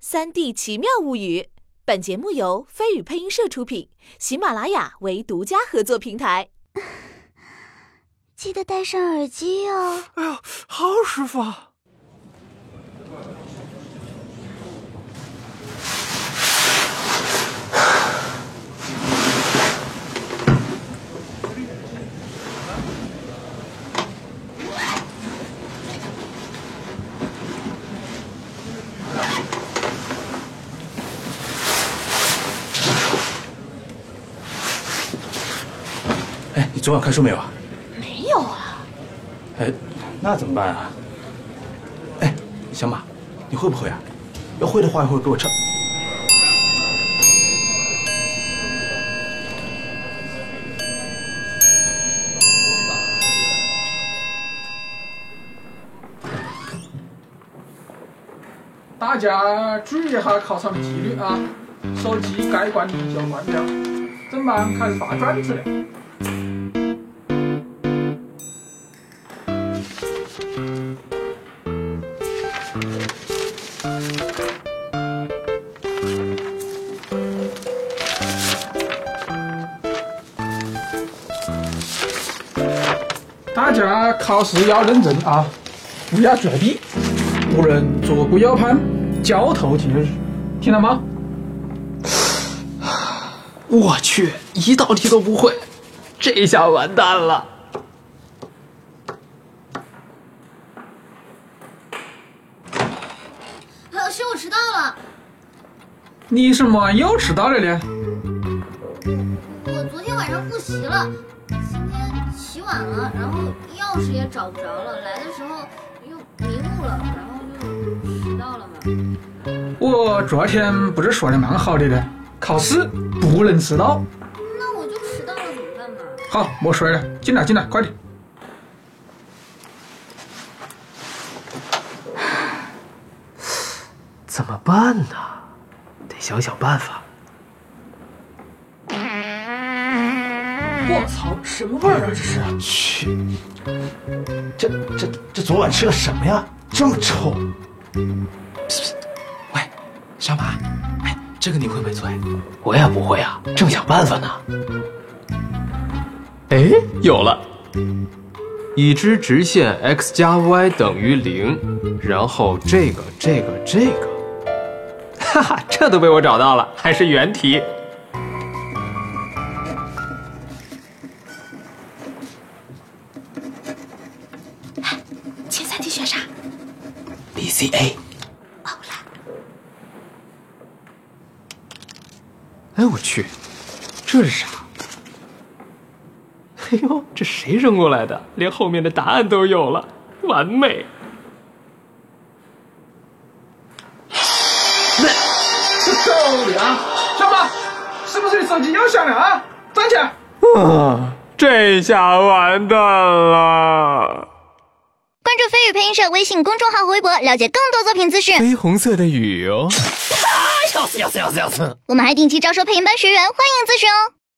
3D 奇妙物语》。本节目由飞宇配音社出品，喜马拉雅为独家合作平台。 记得戴上耳机哦。 哎呦，好师傅啊！哎，你昨晚看书没有啊？ 没有啊。 哎，那怎么办啊？哎，小马，你会不会啊？要会的话，一会儿给我唱。 大家注意一下考场的纪律啊！手机该关的就关掉，整班开始发卷子了。大家考试要认真啊，不要作弊，不能左顾右盼，交头接耳，听到吗？ 我去，一道题都不会，这下完蛋了。 老师，我迟到了。 你怎么又迟到了呢？ 我昨天晚上复习了，今天起晚了，然后钥匙也找不着了，来的时候又迷路了，然后就迟到了嘛。 我昨天不是说的蛮好的呢，考试不能迟到。 那我就迟到了怎么办嘛？ 好，没说了，进来，快点。 怎么办呢？得想想办法。 我操，什么味儿啊这是？ 去，这昨晚吃了什么呀？这么臭！喂，小马，哎，这个你会不会做？ 我也不会啊，正想办法呢。哎，有了！已知直线 x 加 y 等于0，然后这个，哈哈，这都被我找到了，还是原题。 前3题选啥 ？BCA。 欧啦。 哎，我去，这是啥？哎呦，这谁扔过来的？连后面的答案都有了，完美！ 这够了啊！小马，是不是你手机又响了啊？站起来！ 啊，这下完蛋了！ 关注飞宇配音社微信公众号和微博，了解更多作品资讯。 绯红色的雨哦！ 我们还定期招收配音班学员，欢迎咨询哦。